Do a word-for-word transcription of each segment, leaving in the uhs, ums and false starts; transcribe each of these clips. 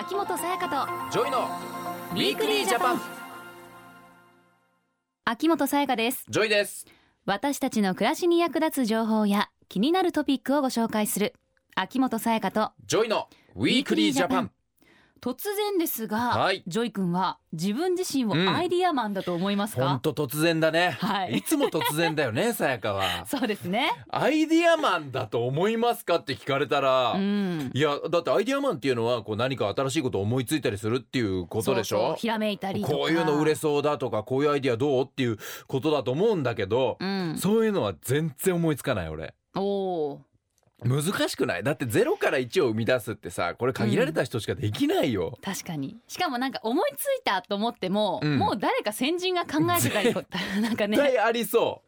秋元才加とジョイのウィークリージャパン。 秋元才加です。 ジョイです。 私たちの暮らしに役立つ情報や気になるトピックをご紹介する秋元才加とジョイのウィークリージャパン。 突然ですが、 はい、 ジョイ君は自分自身をアイディアマンだと思いますか？ ほんと突然だね、 はい、 いつも突然だよねさやかは。 そうですね。 アイディアマンだと思いますかって聞かれたら、うん、いやだってアイディアマンっていうのはこう何か新しいことを思いついたりするっていうことでしょ。 そうそう、ひらめいたりとか、 こういうの売れそうだとかこういうアイディアどうっていうことだと思うんだけど、うん、そういうのは全然思いつかない俺。 おー、 難しくない？だってゼロからいちを生み出すってさ、これ限られた人しかできないよ、 うん、確かに。しかもなんか思いついたと思っても、うん、もう誰か先人が考えてたりなんかね、 絶対ありそう。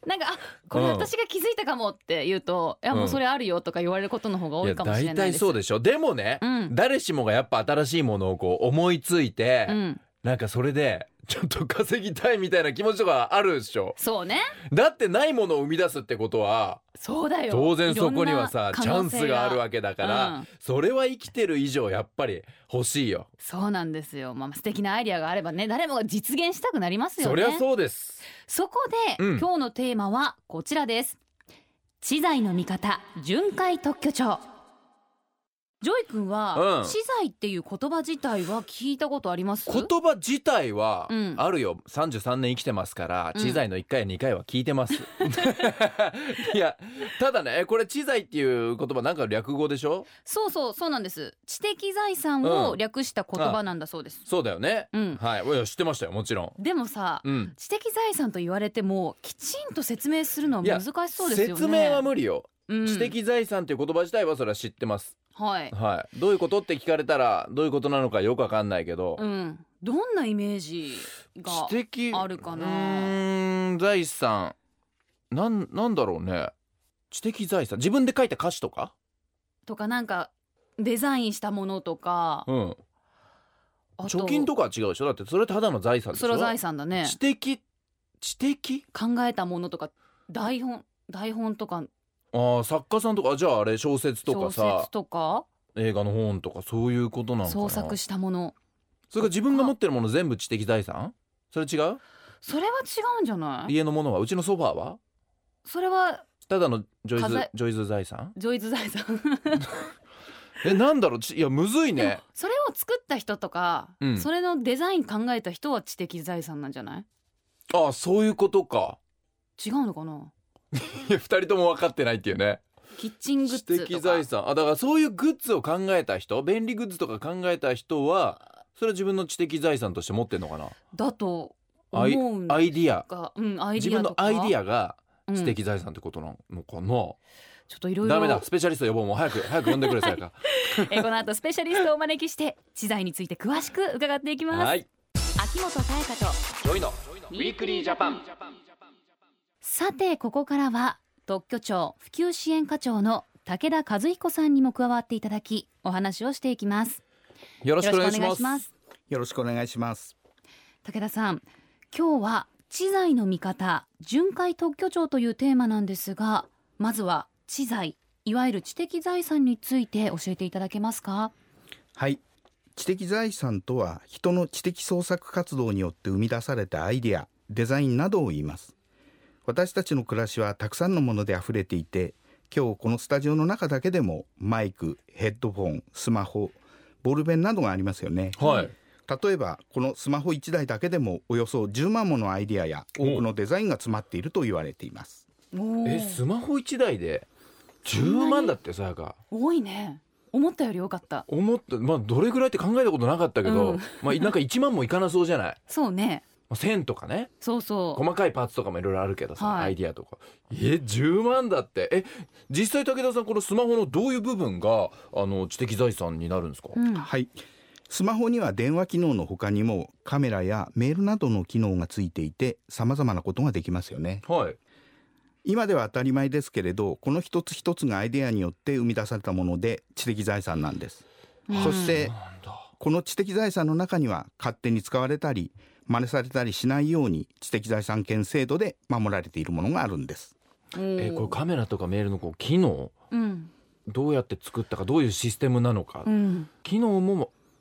なんかあこれ私が気づいたかもって言うと、うん、いやもうそれあるよとか言われることの方が多いかもしれないです。 いや大体そうでしょ。でもね、うん、誰しもがやっぱ新しいものをこう思いついて、うん、なんかそれでちょっと稼ぎたいみたいな気持ちとかあるでしょ。 そうね。 だってないものを生み出すってことは、 そうだよ、 当然そこにはさチャンスがあるわけだから、うん、それは生きてる以上やっぱり欲しいよ。 そうなんですよ、まあ、素敵なアイデアがあればね、誰もが実現したくなりますよね。 そりゃそうです。 そこで、うん、今日のテーマはこちらです。知財の味方、巡回特許庁。ジョイ君は、うん、知財っていう言葉自体は聞いたことあります？ 言葉自体はあるよ、うん、さんじゅうさんねん生きてますから、知財のいっかいやにかいは聞いてます、うん、いやただね、これ知財っていう言葉なんか略語でしょ。 そうそうそうなんです。知的財産を略した言葉なんだそうです、うん、 そうだよね、うん、はい、いや知ってましたよもちろん。 でもさ、うん、知的財産と言われてもきちんと説明するのは難しそうですよね。説明は無理よ、うん、知的財産っていう言葉自体はそれは知ってます。 はいはい、どういうことって聞かれたらどういうことなのかよくわかんないけど、 うん、どんなイメージがあるかな。 うーん、財産なん、なんだろうね。知的財産、自分で書いた歌詞とかとか、なんかデザインしたものとか、うん、 あと貯金とかは違うでしょ。だってそれただの財産でしょ。 それは財産だね。 知的知的考えたものとか、台本台本とか、 あ、作家さんとか、じゃああれ小説とかさ、 小説とか映画の本とかそういうことなのかな。 創作したもの。 それが自分が持ってるもの全部知的財産？それ違う？ それは違うんじゃない？ 家のものは、うちのソファーはそれはただのジョイズジョイズ財産？ ジョイズ財産え、なんだろう、いやむずいね。 それを作った人とか、うん、それのデザイン考えた人は知的財産なんじゃない？ ああ、そういうことか。 違うのかな。 いやふたりとも分かってないっていうね。 キッチングッズとか知的財産、あ、だからそういうグッズを考えた人、便利グッズとか考えた人はそれは自分の知的財産として持ってんのかな。 だと思うんですが、 アイディア、 うん、アイディアとか自分のアイディアが知的財産ってことなのかな、うん、ちょっといろいろダメだ、スペシャリスト呼ぼう。もう早く早く呼んでくれさやかえこの後スペシャリストをお招きして知財について詳しく伺っていきます。はい、秋元才加とジョイのウィークリージャパン。 さてここからは特許庁普及支援課長の武田和彦さんにも加わっていただきお話をしていきます。 よろしくお願いします。 よろしくお願いします。 武田さん、今日は知財の味方、巡回特許庁というテーマなんですが、まずは知財、いわゆる知的財産について教えていただけますか？ はい、知的財産とは人の知的創作活動によって生み出されたアイデア、デザインなどを言います。私たちの暮らしはたくさんのものであふれていて、今日このスタジオの中だけでもマイク、ヘッドフォン、スマホ、ボールペンなどがありますよね。 はい、 例えばこのスマホいちだいだけでもおよそじゅうまんものアイデアや多くのデザインが詰まっていると言われています。 え、スマホいちだいでじゅうまんだってさやか。 多いね。思ったより多かった。 思った、まあどれぐらいって考えたことなかったけど、うん、まあなんかいちまんもいかなそうじゃない。 そうね。 線とかね、 そうそう、 細かいパーツとかもいろいろあるけどさ、 はい、 アイディアとか、えじゅうまんだって。え実際武田さん、このスマホのどういう部分があの知的財産になるんですか？ うん、はい、スマホには電話機能の他にもカメラやメールなどの機能がついていて、様々なことができますよね。 はい、 今では当たり前ですけれど、この一つ一つがアイデアによって生み出されたもので知的財産なんです。うん、そしてこの知的財産の中には勝手に使われたり真似されたりしないように知的財産権制度で守られているものがあるんです。 えこれカメラとかメールのこう機能、うん、どうやって作ったか、どういうシステムなのか、うん、機能も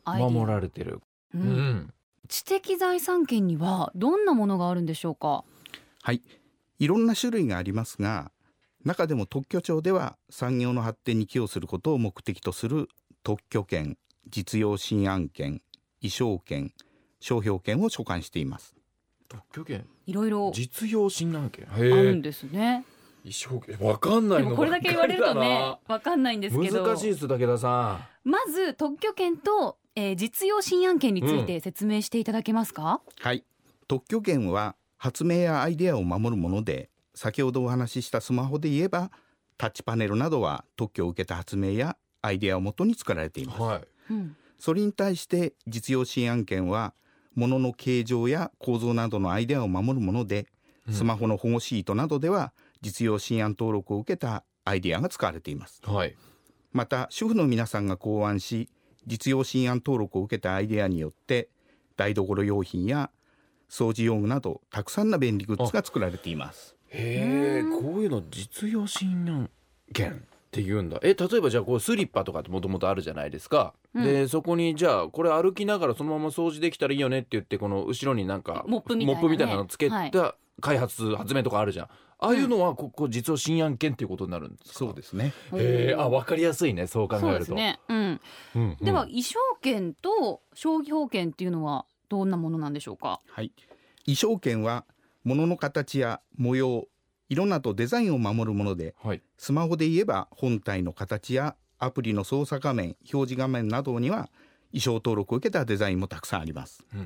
守られてる、 うんうん、知的財産権にはどんなものがあるんでしょうか？ はい、いろんな種類がありますが、中でも特許庁では産業の発展に寄与することを目的とする特許権、実用新案権、意匠権、商標権を所管しています。 特許権、 いろいろ実用新案権あるんですね。 意匠権わかんないの。 でもこれだけ言われるとねわかんないんですけど、 難しいです。武田さん、まず特許権と、えー、実用新案権について説明していただけますか？ うん、はい、特許権は発明やアイデアを守るもので、先ほどお話ししたスマホで言えばタッチパネルなどは特許を受けた発明やアイデアをもとに作られています、はい、うん、それに対して実用新案権は物の形状や構造などのアイデアを守るもので、うん、スマホの保護シートなどでは実用新案登録を受けたアイデアが使われています、はい、また主婦の皆さんが考案し実用新案登録を受けたアイデアによって台所用品や掃除用具などたくさんの便利グッズが作られています。 へえ、こういうの実用新案権って言うんだ。え、例えばじゃあこうスリッパとかってもともとあるじゃないですか、うん、でそこにじゃあこれ歩きながらそのまま掃除できたらいいよねって言ってこの後ろになんかモップみたいな、ね、 モップみたいなのつけた開発、はい、発明とかあるじゃん。ああいうのはここ実用新案権っていうことになるんですか？ そうですね。 へえ、あ、分かりやすいね、そう考えると。そうですね、うんうんうん、では意匠権と商標権っていうのはどんなものなんでしょうか？ はい、意匠権は物の形や模様、色などデザインを守るもので、はい、スマホで言えば本体の形やアプリの操作画面、表示画面などには意匠登録を受けたデザインもたくさんあります、うん、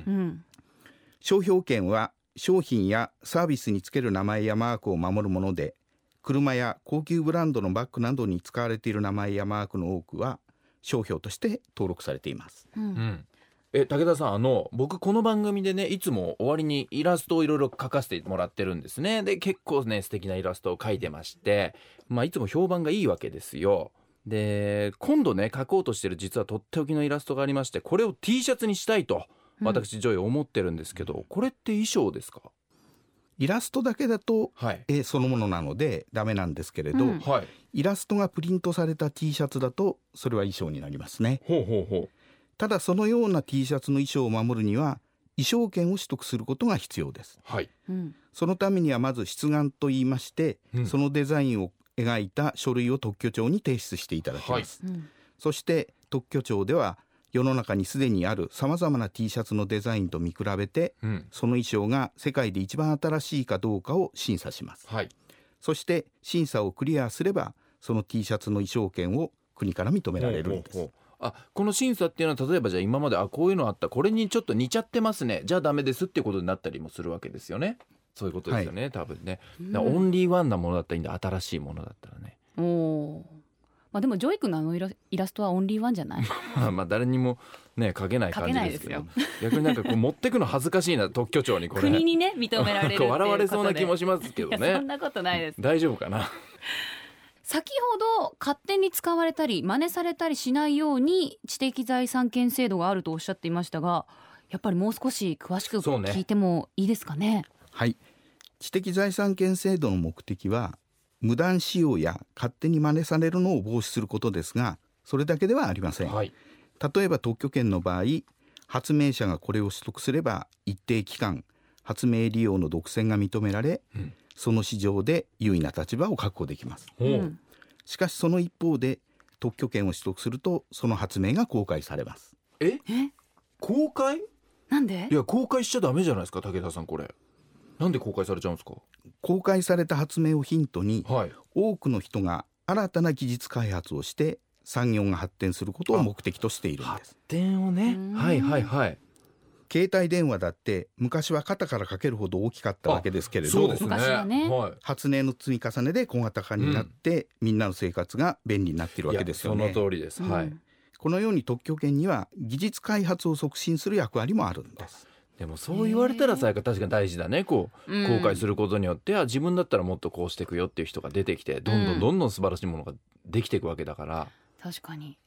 商標権は商品やサービスにつける名前やマークを守るもので、車や高級ブランドのバッグなどに使われている名前やマークの多くは商標として登録されています、うんうん、 え武田さん、あの僕この番組でねいつも終わりにイラストをいろいろ描かせてもらってるんですね。で結構ね素敵なイラストを描いてまして、まあ、いつも評判がいいわけですよ。で今度ね描こうとしてる実はとっておきのイラストがありまして、これを T シャツにしたいと私ジョイ思ってるんですけど、うん、これって衣装ですか？ イラストだけだと、はい、絵そのものなのでダメなんですけれど、うんはい、イラストがプリントされた T シャツだとそれは衣装になりますね。ほうほうほう。ただそのような T シャツの衣装を守るには衣装権を取得することが必要です、はい、うん、そのためにはまず出願といいまして、うん、そのデザインを描いた書類を特許庁に提出していただきます、はい、そして特許庁では世の中にすでにあるさまざまな T シャツのデザインと見比べて、うん、その衣装が世界で一番新しいかどうかを審査します、はい、そして審査をクリアすればその T シャツの衣装権を国から認められるんです。ほうほうほう。あ、この審査っていうのは例えばじゃあ今まであこういうのあった、これにちょっと似ちゃってますね、じゃあダメですっていうことになったりもするわけですよね。そういうことですよね、はい、多分ね。だオンリーワンなものだったらいいんだ、新しいものだったらね。おー、 まあ、でもジョイ君のあのイ ラ, イラストはオンリーワンじゃない？ まあ誰にもね描けない感じですけど、逆になんかこう持ってくの恥ずかしいな特許庁にこれ国にね認められるっていうことで笑われそうな気もしますけどね。 そんなことないです。 大丈夫かな。 先ほど勝手に使われたり真似されたりしないように知的財産権制度があるとおっしゃっていましたが、やっぱりもう少し詳しく聞いてもいいですかね。 はい、知的財産権制度の目的は無断使用や勝手に真似されるのを防止することですが、それだけではありません、はい、例えば特許権の場合、発明者がこれを取得すれば一定期間発明利用の独占が認められ、うん、その市場で優位な立場を確保できます、うん、しかしその一方で特許権を取得するとその発明が公開されます。 ええ公開なんで？ いや公開しちゃダメじゃないですか武田さん。これなんで公開されちゃうんですか？ 公開された発明をヒントに、はい、多くの人が新たな技術開発をして産業が発展することを目的としているんです。 発展をね、はいはいはい。 携帯電話だって昔は肩からかけるほど大きかったわけですけれど、 そうですね、 昔はね、 発明の積み重ねで小型化になって、うん、みんなの生活が便利になっているわけですよね。 その通りです、はい、 このように特許権には技術開発を促進する役割もあるんです。 でもそう言われたらさ、確かに大事だね。こう公開することによって、うん、自分だったらもっとこうしていくよっていう人が出てきて、どんどんどんどん素晴らしいものができていくわけだから、 うん、確かに、 うん、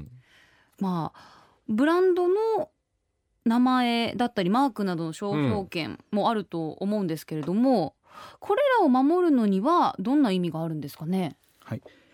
まあブランドの名前だったりマークなどの商標権もあると思うんですけれども、うん、これらを守るのにはどんな意味があるんですかね。 はい、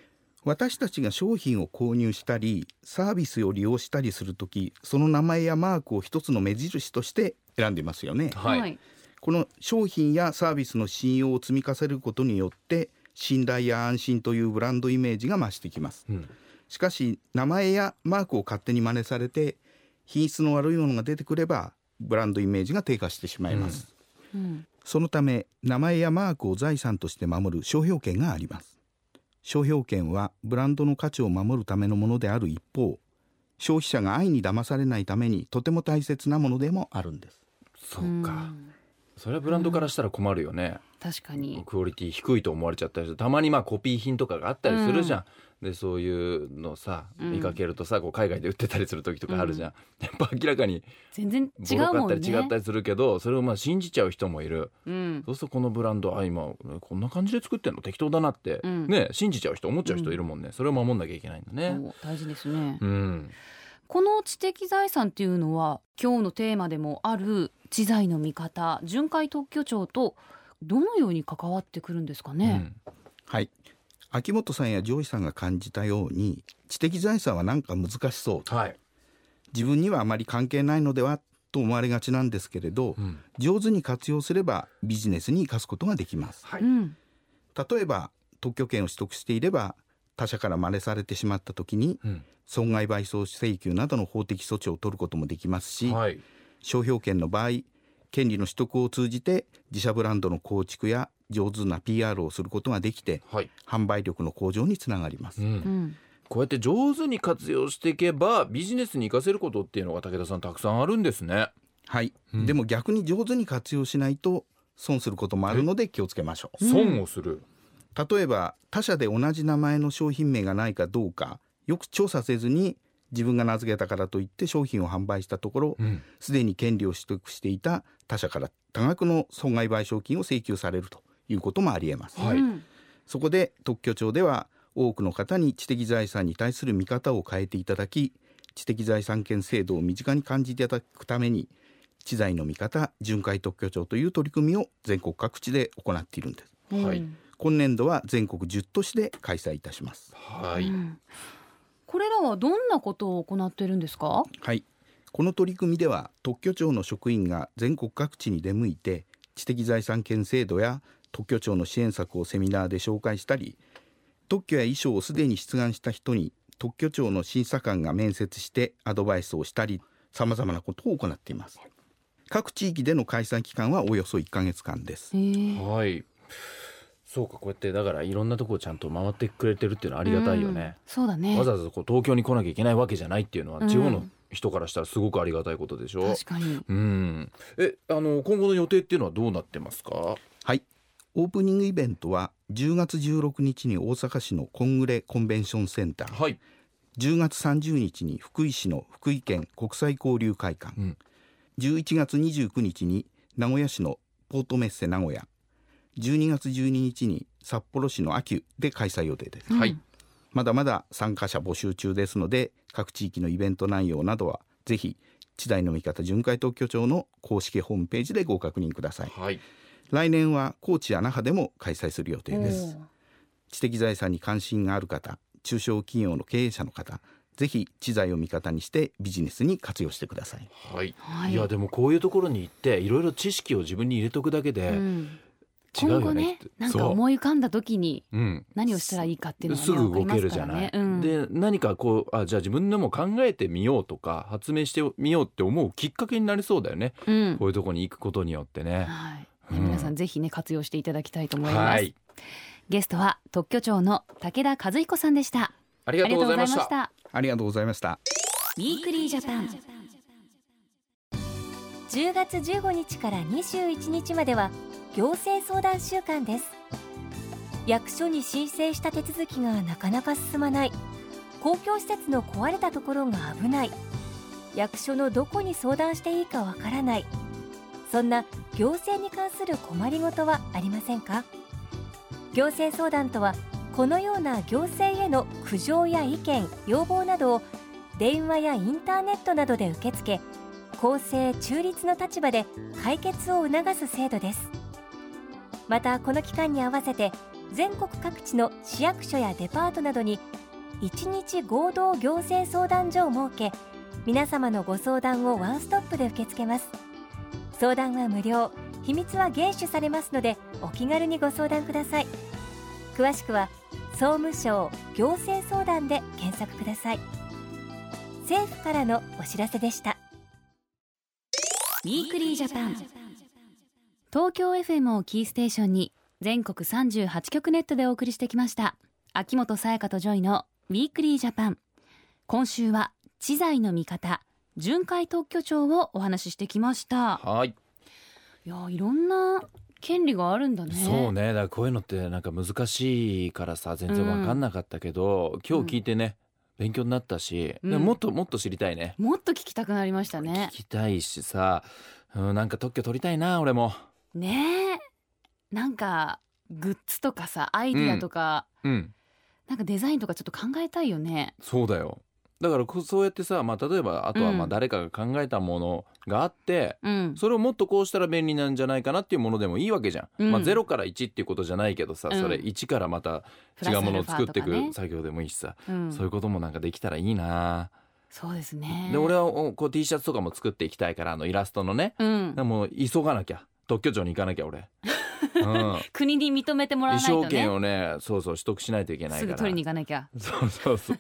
私たちが商品を購入したりサービスを利用したりするとき、その名前やマークを一つの目印として選んでますよね。 はい、 この商品やサービスの信用を積み重ねることによって信頼や安心というブランドイメージが増してきます、うん、しかし名前やマークを勝手に真似されて品質の悪いものが出てくればブランドイメージが低下してしまいます、うんうん、そのため名前やマークを財産として守る商標権があります。商標権はブランドの価値を守るためのものである一方、消費者が安易に騙されないためにとても大切なものでもあるんです。 そうか、それはブランドからしたら困るよね、 うん、確かにクオリティ低いと思われちゃったりする。たまにまあコピー品とかがあったりするじゃん、うん、でそういうのさ見かけるとさ、こう海外で売ってたりする時とかあるじゃん、うん、やっぱ明らかに全然違うもんね、 ボロかったり違ったりするけど、それをまあ信じちゃう人もいる、うん、そうするとこのブランドあ今こんな感じで作ってんの適当だなって、うん、ね、信じちゃう人思っちゃう人いるもんね、うん、それを守んなきゃいけないんだね。 大事ですね、 うん、 この知的財産っていうのは今日のテーマでもある知財の味方巡回特許庁とどのように関わってくるんですかね、 うん、はい、秋元さんや上司さんが感じたように知的財産はなんか難しそう、はい、自分にはあまり関係ないのではと思われがちなんですけれど、うん、上手に活用すればビジネスに生かすことができます、はい、例えば特許権を取得していれば他社から真似されてしまった時に、うん、損害賠償請求などの法的措置を取ることもできますし、はい、商標権の場合権利の取得を通じて自社ブランドの構築や上手な ピーアール をすることができて、はい、販売力の向上につながります、うんうん、 こうやって上手に活用していけばビジネスに活かせることっていうのが武田さんたくさんあるんですね。 はい、うん、でも逆に上手に活用しないと損することもあるので気をつけましょう。 損をする、 例えば他社で同じ名前の商品名がないかどうかよく調査せずに自分が名付けたからといって商品を販売したところすで、うん、に権利を取得していた他社から多額の損害賠償金を請求されるということもありえます、はい、そこで特許庁では多くの方に知的財産に対する見方を変えていただき知的財産権制度を身近に感じていただくために知財の味方巡回特許庁という取り組みを全国各地で行っているんです、うん、はい、今年度は全国じゅっ都市で開催いたします、 はい、うん、 これらはどんなことを行っているんですか？ はい、この取り組みでは特許庁の職員が全国各地に出向いて知的財産権制度や特許庁の支援策をセミナーで紹介したり、特許や遺書をすでに出願した人に特許庁の審査官が面接してアドバイスをしたり、さまざまなことを行っています。各地域での開催期間はおよそいっかげつかんです。 はい、そうか、こうやってだからいろんなところをちゃんと回ってくれてるっていうのはありがたいよね、 うん、そうだね。 わざわざこう東京に来なきゃいけないわけじゃないっていうのは、うん、地方の人からしたらすごくありがたいことでしょ。 確かに、 うん、えあの今後の予定っていうのはどうなってますか？ はい、オープニングイベントはじゅうがつじゅうろくにちに大阪市のコングレコンベンションセンター、はい、じゅうがつさんじゅうにちに福井市の福井県国際交流会館、うん、じゅういちがつにじゅうくにちに名古屋市のポートメッセ名古屋、じゅうにがつじゅうににちに札幌市の秋保で開催予定です、はい、まだまだ参加者募集中ですので各地域のイベント内容などはぜひ知財の味方巡回特許庁の公式ホームページでご確認ください、はい、来年は高知や那覇でも開催する予定です。知的財産に関心がある方、中小企業の経営者の方、ぜひ知財を味方にしてビジネスに活用してください、 はいはい、いやでもこういうところに行っていろいろ知識を自分に入れとくだけで、うん、違うよね。今後ね、 なんか思い浮かんだ時に何をしたらいいかっていうのが、ね、 すぐ動けるじゃない、うん、で何かこうあじゃあ自分でも考えてみようとか発明してみようって思うきっかけになりそうだよね、うん、こういうところに行くことによってね、はい、 うん、皆さんぜひね活用していただきたいと思います、はい、ゲストは特許庁の武田和彦さんでした。 ありがとうございました。 ありがとうございました。 ウィークリージャパン、 じゅうがつじゅうごにちからにじゅういちにちまでは行政相談週間です。役所に申請した手続きがなかなか進まない、公共施設の壊れたところが危ない、役所のどこに相談していいかわからない、そんな行政に関する困りごとはありませんか？行政相談とはこのような行政への苦情や意見、要望などを電話やインターネットなどで受け付け、公正中立の立場で解決を促す制度です。またこの期間に合わせて全国各地の市役所やデパートなどにいちにち合同行政相談所を設け、皆様のご相談をワンストップで受け付けます。相談は無料、秘密は厳守されますので、お気軽にご相談ください。詳しくは総務省行政相談で検索ください。政府からのお知らせでした。 ウィークリージャパン、東京 エフエム をキーステーションに全国さんじゅうはちきょくネットでお送りしてきました秋元才加とジョイのウィークリージャパン。今週は知財の味方、巡回特許庁をお話ししてきました。 はい。 いや、いろんな権利があるんだね。 そうね、だからこういうのってなんか難しいからさ、全然分かんなかったけど、うん、今日聞いてね、うん、勉強になったし、うん、でももっともっと知りたいね。 もっと聞きたくなりましたね。 聞きたいしさ、うん、なんか特許取りたいな俺もねえ。なんかグッズとかさ、アイディアとか、 うんうん、 なんかデザインとかちょっと考えたいよね。 そうだよ。だからそうやってさ、まあ、例えばあとはまあ誰かが考えたものがあって、うん、それをもっとこうしたら便利なんじゃないかなっていうものでもいいわけじゃん、うん、まあ、ゼロからいちっていうことじゃないけどさ、うん、それいちからまた違うものを作っていく作業でもいいしさ、ね、そういうこともなんかできたらいいな。 そうですね。 で俺はこう T シャツとかも作っていきたいから、あのイラストのね、うん、でも急がなきゃ、特許庁に行かなきゃ俺、うん、 国に認めてもらわないとね、 衣装権をね、そうそう取得しないといけないから、 すぐ取りに行かなきゃ。 そうそうそう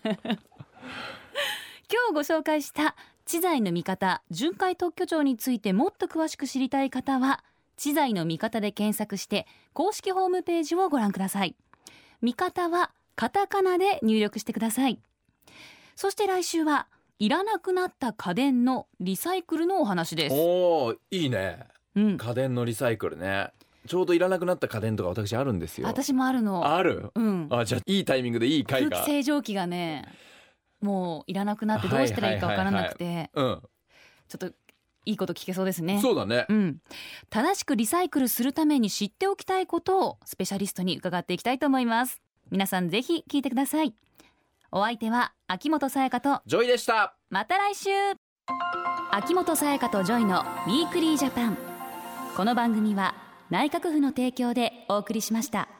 今日ご紹介した知財の味方、巡回特許庁についてもっと詳しく知りたい方は、知財の味方で検索して公式ホームページをご覧ください。味方はカタカナで入力してください。そして来週はいらなくなった家電のリサイクルのお話です。 おー、いいね、 うん、 家電のリサイクルね。ちょうどいらなくなった家電とか私あるんですよ。 私もあるの。 ある、うん、あ、じゃあいいタイミングでいい回が。 空気清浄機がね、もういらなくなってどうしたらいいか分からなくて、ちょっといいこと聞けそうですね。 そうだね、 うん、正しくリサイクルするために知っておきたいことをスペシャリストに伺っていきたいと思います。皆さんぜひ聞いてください。お相手は秋元才加とジョイでした。 また来週。秋元才加とジョイのウィークリージャパン。この番組は内閣府の提供でお送りしました。